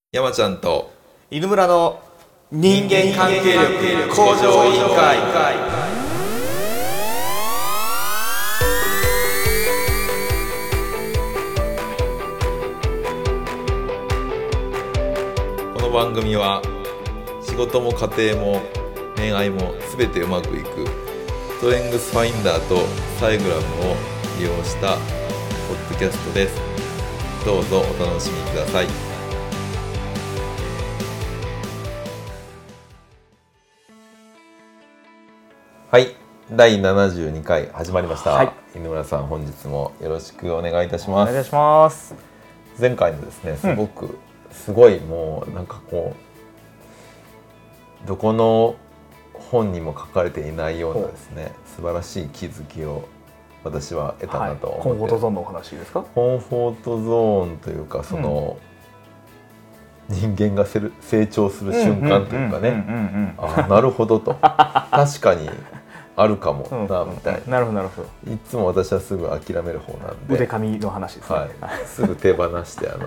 山ちゃんと犬村の人間関係力向上委員会。 この番組は仕事も家庭も恋愛も全てうまくいくストレングスファインダーとサイグラムを利用したポッドキャストです。どうぞお楽しみください。はい、第72回始まりました、 はい、 犬村さん本日もよろしくお願いいたします。 お願いします。 前回のですねすごいもうなんかこうどこの本にも書かれていないようなですね素晴らしい気づきを私は得たなと思って、 コンフォートゾーンのお話ですか？ コンフォートゾーンというかその、人間が成長する瞬間というかね、あ、なるほどと確かにあるかもなみたいな。 なるほどなるほど。 いつも私はすぐ諦める方なんで腕紙の話ですね、 はい、すぐ手放して思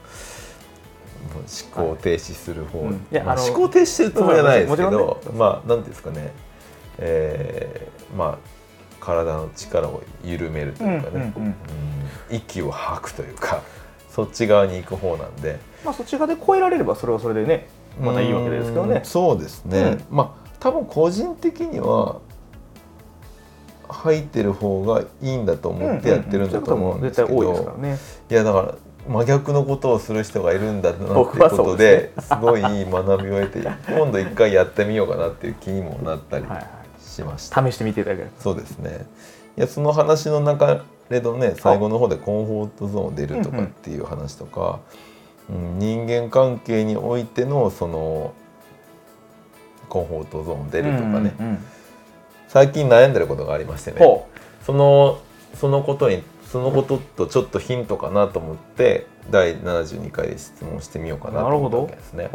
考停止する方、思考停止してるつもりはないですけど、まあ何ていうんですかね、まあ体の力を緩めるというかね、息を吐くというかそっち側に行く方なんで、 まあそっち側で超えられればそれはそれでねまたいいわけですけどね。 そうですね、まあ多分個人的には吐いてる方がいいんだと思ってやってるんだと思うんですけど、いやだから真逆のことをする人がいるんだなっていうことですごいいい学びを得て今度一回やってみようかなっていう気にもなったりしました。 試してみていただける。 そうですね。いやその話の中でのね最後の方でコンフォートゾーン出るとかっていう話とか、人間関係においてのそのコンフォートゾーン出るとかね、最近悩んでることがありましてね、そのこととちょっとヒントかなと思って第72回で質問してみようかなと思ったわけですね。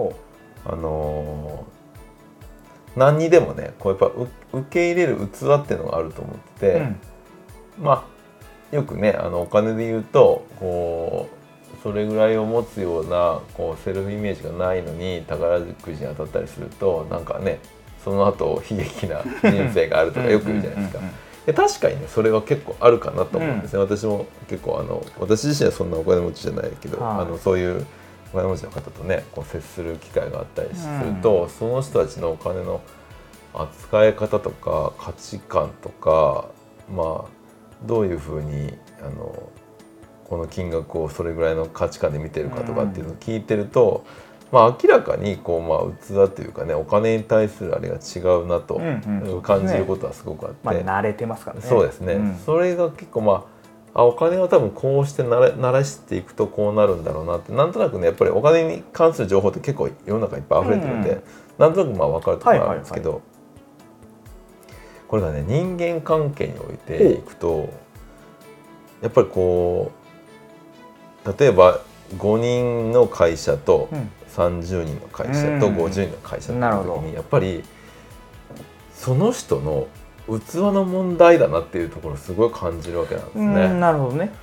何にでもねこうやっぱ受け入れる器っていうのがあると思ってて、まあよくねお金で言うとこうそれぐらいを持つようなこうセルフイメージがないのに宝くじに当たったりするとなんかねその後悲劇な人生があるとかよく言うじゃないですか。で確かにねそれは結構あるかなと思うんですね、私も結構私自身はそんなお金持ちじゃないけど、そういうお金持ちの方とねこう接する機会があったりすると、その人たちのお金の扱い方とか価値観とか、まあどういうふうにこの金額をそれぐらいの価値観で見てるかとかっていうのを聞いてると、まあ明らかにこう器というかねお金に対するあれが違うなと感じることはすごくあって、 慣れてますからね。 そうですね、それが結構お金は多分こうして慣らしていくとこうなるんだろうなってなんとなくねやっぱりお金に関する情報って結構世の中いっぱい溢れてるんで、なんとなく分かるところがあるんですけど、これがね人間関係においていくとやっぱりこう例えば5人の会社と30人の会社と50人の会社の時にやっぱりその人の器の問題だなっていうところをすごい感じるわけなんですね。 なるほどね。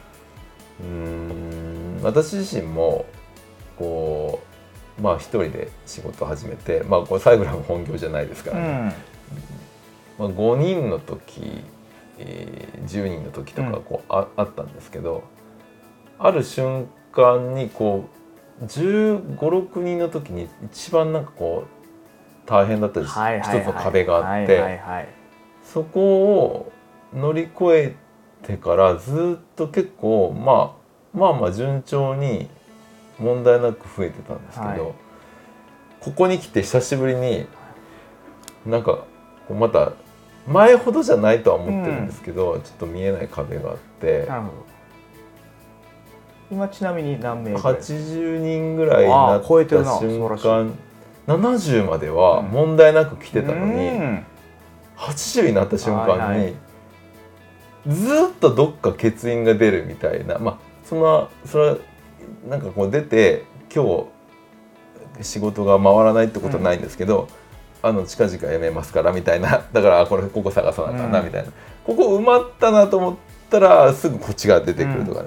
私自身もこう一人で仕事を始めてこれサイグラム本業じゃないですからね、5人の時、10人の時とかこうあったんですけど、ある瞬間にこう15、6人の時に一番なんかこう大変だった一つの壁があって、そこを乗り越えてからずっと結構まあ順調に問題なく増えてたんですけど、ここに来て久しぶりになんかまた前ほどじゃないとは思ってるんですけど、ちょっと見えない壁があって。 なるほど。今ちなみに何名ぐらい？80人ぐらいになった瞬間、70までは問題なく来てたのに、80になった瞬間にずっとどっか欠員が出るみたいな、それはなんかこう出て今日仕事が回らないってことはないんですけど、近々辞めますからみたいな、だからここ探さなあかんなみたいな、ここ埋まったなと思ったらすぐこっちが出てくるとかね、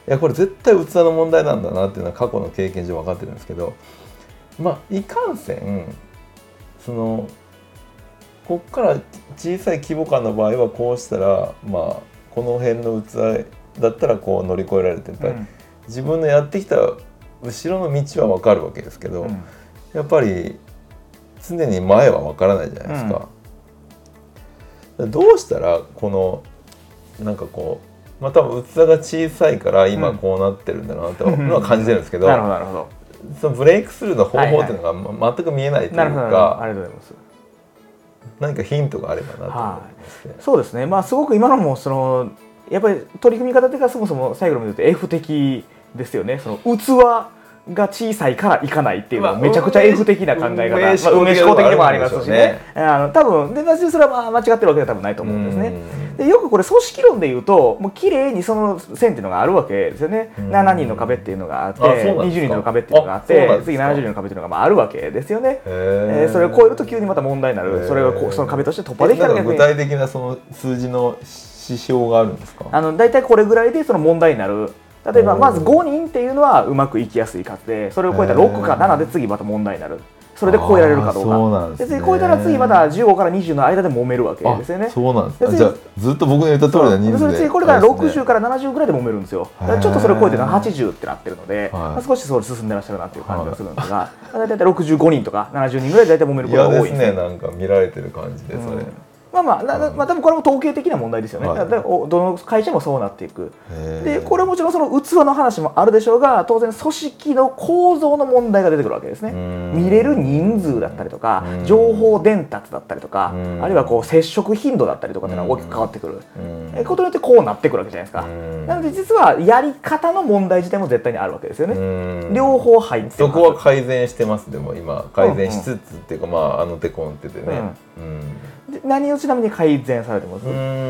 いやこれ絶対器の問題なんだなっていうのは過去の経験上分かってるんですけど、まあいかんせんそのこっから小さい規模感の場合はこうしたらまあこの辺の器だったらこう乗り越えられてやっぱり自分のやってきた後ろの道は分かるわけですけど、やっぱり常に前は分からないじゃないですか。どうしたらこのなんかこうまあ多分器が小さいから今こうなってるんだなとのは感じてるんですけど、 なるほどなるほど。 そのブレイクスルーの方法っていうのが全く見えないというか、 ありがとうございます。 何かヒントがあればなと思いますね。 そうですね。まあすごく今のもそのやっぱり取り組み方というかそもそも最後の見ると F 的ですよね。その器が小さいからいかないっていうのはめちゃくちゃ F 的な考え方、運営思考的でもありますしね。多分でそれは間違ってるわけでは多分ないと思うんですね。でよくこれ組織論でいうともう綺麗にその線っていうのがあるわけですよね。7人の壁っていうのがあって20人の壁っていうのがあって次70人の壁っていうのがあるわけですよね。それを超えると急にまた問題になる。それがその壁として突破できたら具体的なその数字の指標があるんですか？ 大体これぐらいでその問題になる。例えばまず5人っていうのはうまくいきやすい数でそれを超えたら6か7で次また問題になる。それで超えられるかどうか。別に超えたら次また15から20の間で揉めるわけですよね。 そうなんです。じゃあずっと僕の言った通りの人数で。 次これから60から70ぐらいで揉めるんですよ。ちょっとそれを超えて80ってなってるので、少しそれ進んでらっしゃるなっていう感じがするんですが、大体65人とか70人ぐらいで大体揉めることが多いですね。 嫌ですね。なんか見られてる感じでそれ。 多分これも統計的な問題ですよね。どの会社もそうなっていく。でこれもちろんその器の話もあるでしょうが当然組織の構造の問題が出てくるわけですね。見れる人数だったりとか情報伝達だったりとかあるいはこう接触頻度だったりとかっていうのが大きく変わってくることによってこうなってくるわけじゃないですか。なので実はやり方の問題自体も絶対にあるわけですよね。両方入ってます。 そこは改善してます。でも今改善しつつっていうかあの手この手でね。 何をちなみに改善されてます？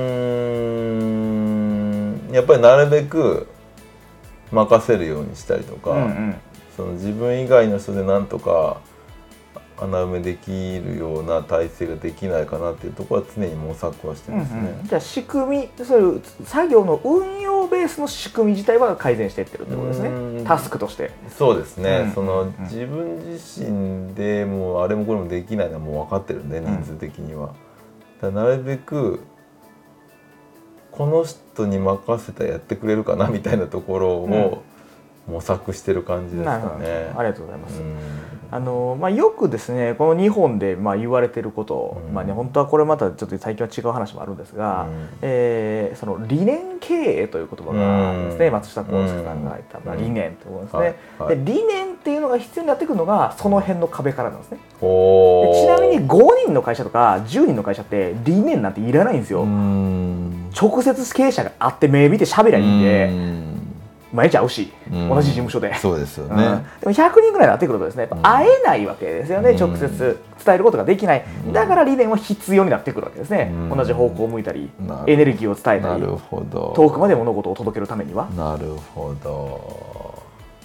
やっぱりなるべく任せるようにしたりとか、その自分以外の人でなんとか穴埋めできるような体制ができないかなっていうところは常に模索はしてますね。 じゃあ仕組み、そういう作業の運用ベースの仕組み自体は改善していってるってことですね。タスクとして。 そうですね。その自分自身でもうあれもこれもできないのはもう分かってるんで人数的には。なるべくこの人に任せたらやってくれるかなみたいなところを模索してる感じですかね。 ありがとうございます。よくですねこの日本で言われていること、本当はこれまたちょっと最近は違う話もあるんですが、その理念経営という言葉があるんですね。松下幸之助さんが言った理念ということですね。で理念っていうのが必要になってくるのがその辺の壁からなんですね。ちなみに5人の会社とか10人の会社って理念なんていらないんですよ。直接経営者が会って目見て喋りゃいいんで。毎日会うし、同じ事務所で。 そうですよね。 でも100人ぐらいになってくるとですね、やっぱ会えないわけですよね。直接伝えることができない。だから理念は必要になってくるわけですね。同じ方向を向いたり、エネルギーを伝えたり、遠くまで物事を届けるためには。 なるほど。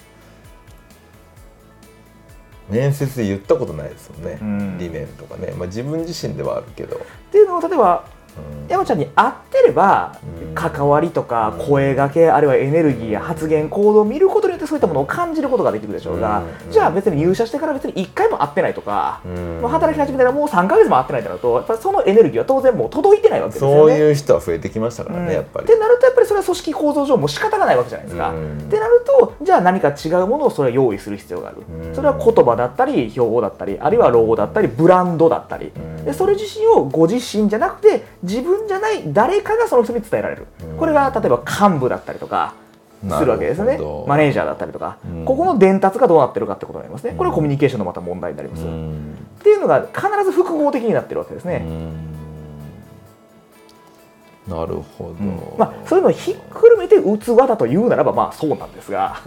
面接で言ったことないですもんね。理念とかね。自分自身ではあるけど。 っていうのを例えば。山ちゃんに会ってれば関わりとか声がけあるいはエネルギーや発言行動を見ることによってそういったものを感じることができるでしょうが、じゃあ別に入社してから別に1回も会ってないとか、働き始めたらもう3ヶ月も会ってないとなるとやっぱりそのエネルギーは当然もう届いてないわけですよね。 そういう人は増えてきましたからねやっぱり。 ってなるとやっぱりそれは組織構造上も仕方がないわけじゃないですか。ってなるとじゃあ何か違うものをそれは用意する必要がある。それは言葉だったり標語だったりあるいはロゴだったりブランドだったりでそれ自身をご自身じゃなくて自分じゃない誰かがその人に伝えられる。これが例えば幹部だったりとかするわけですね。マネージャーだったりとか、ここの伝達がどうなってるかってことになりますね。これはコミュニケーションのまた問題になります。っていうのが必ず複合的になってるわけですね。 なるほど。 そういうのをひっくるめて器だというならばそうなんですが。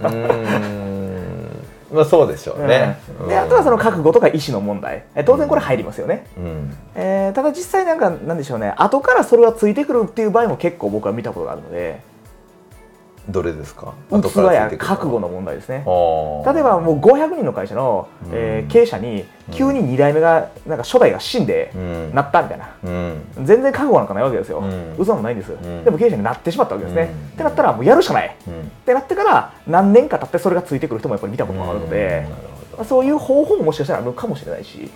そうでしょうね。 であとはその覚悟とか意思の問題、当然これ入りますよね。ただ実際なんでしょうね、後からそれがついてくるっていう場合も結構僕は見たことがあるので、 どれですか？ 器や覚悟の問題ですね。 例例えばもう500人の会社の、経営者に急に2代目がなんか初代が死んでなったみたいな、全然覚悟なんかないわけですよ、嘘もないんです、でも経営者になってしまったわけですね、ってなったらもうやるしかない、ってなってから何年か経ってそれがついてくる人もやっぱり見たことがあるので、そういう方法ももしかしたらあるかもしれないし、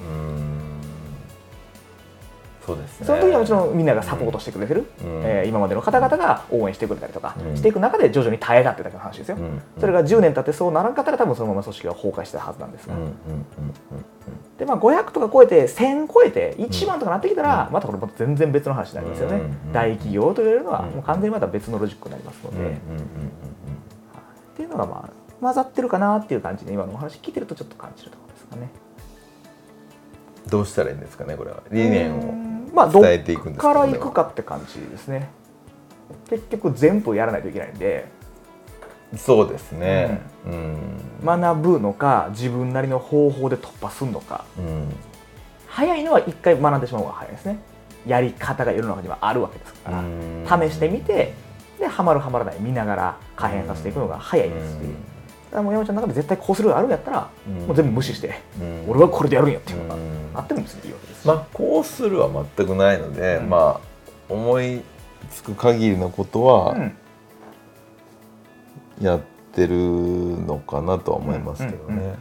そうですね、 その時はもちろんみんながサポートしてくれてる、今までの方々が応援してくれたりとかしていく中で徐々に耐えたってだけの話ですよ、それが10年経ってそうならんかったら多分そのまま組織が崩壊してたはずなんですが、でまあ500とか超えて1000超えて1万とかなってきたらまたこれ全然別の話になりますよね。大企業と言われるのはもう完全にまた別のロジックになりますので、っていうのがまあ混ざってるかなっていう感じで今のお話聞いてるとちょっと感じるところですかね。 どうしたらいいんですかね、これは理念を伝えていくんですか、 どっからいくかって感じですね。結局全部やらないといけないんで。 そうですね、 学ぶのか自分なりの方法で突破するのか、早いのは一回学んでしまう方が早いですね。やり方が世の中にはあるわけですから試してみて、でハマるハマらない見ながら可変させていくのが早いですし、だからもう山ちゃんの中で絶対こうするあるんやったら、もう全部無視して、俺はこれでやるんやっていうのがあっても別にいいわけです。 まあこうするは全くないので、まあ思いつく限りのことは、やってるのかなとは思いますけどね。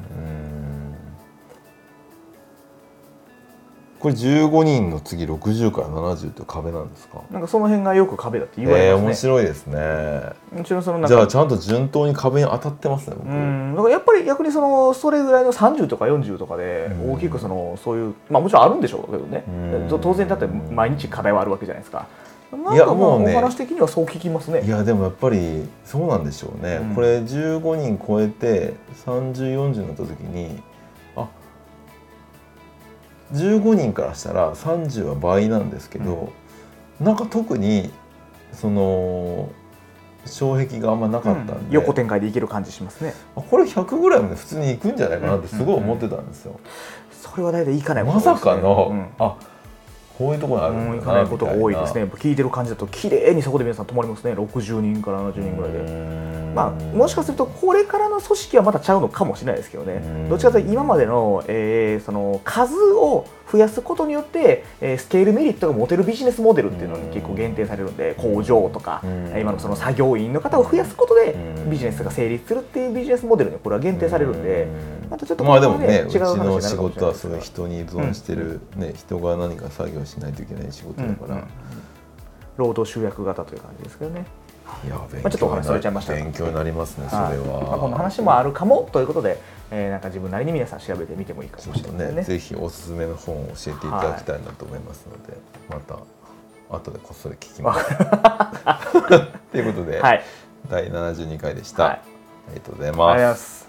これ15人の次60から70という壁なんですか？ なんかその辺がよく壁だって言われますね。 面白いですね。 もちろんそのじゃあちゃんと順当に壁に当たってますね。 だからやっぱり逆にそれぐらいの30とか40とかで大きくそういうまあもちろんあるんでしょうけどね。当然だって毎日課題はあるわけじゃないですか。いやもうね、お話的にはそう聞きますね。 いやでもやっぱりそうなんでしょうね。これ15人超えて30、40になった時に、15人からしたら30は倍なんですけど、なんか特にその障壁があんまなかったんで、 横展開でいける感じしますね。 これ100ぐらいまで普通にいくんじゃないかなってすごい思ってたんですよ。 それは大体いかないまさかの、こういうところにあるんだなみたいな。行かないことが多いですね。聞いてる感じだと綺麗にそこで皆さん止まりますね。60人から70人ぐらいで。まあもしかするとこれからの組織はまたちゃうのかもしれないですけどね。どっちかというと今までの、その数を増やすことによって、スケールメリットが持てるビジネスモデルっていうのに結構限定されるんで、工場とか、今のその作業員の方を増やすことでビジネスが成立するっていうビジネスモデルにこれは限定されるんで、またちょっとまあでもね、うちの仕事はそれ人に依存してる、人が何か作業しないといけない仕事だから、 労働集約型という感じですけどね。 いやちょっとお話それちゃいました。 勉強になりますね、それは。 この話もあるかもということで、なんか自分なりに皆さん調べてみてもいいかもしれないですね。 ぜひおすすめの本を教えていただきたいなと思いますので、また後でこっそり聞きます。ということで、第72回でした。ありがとうございます。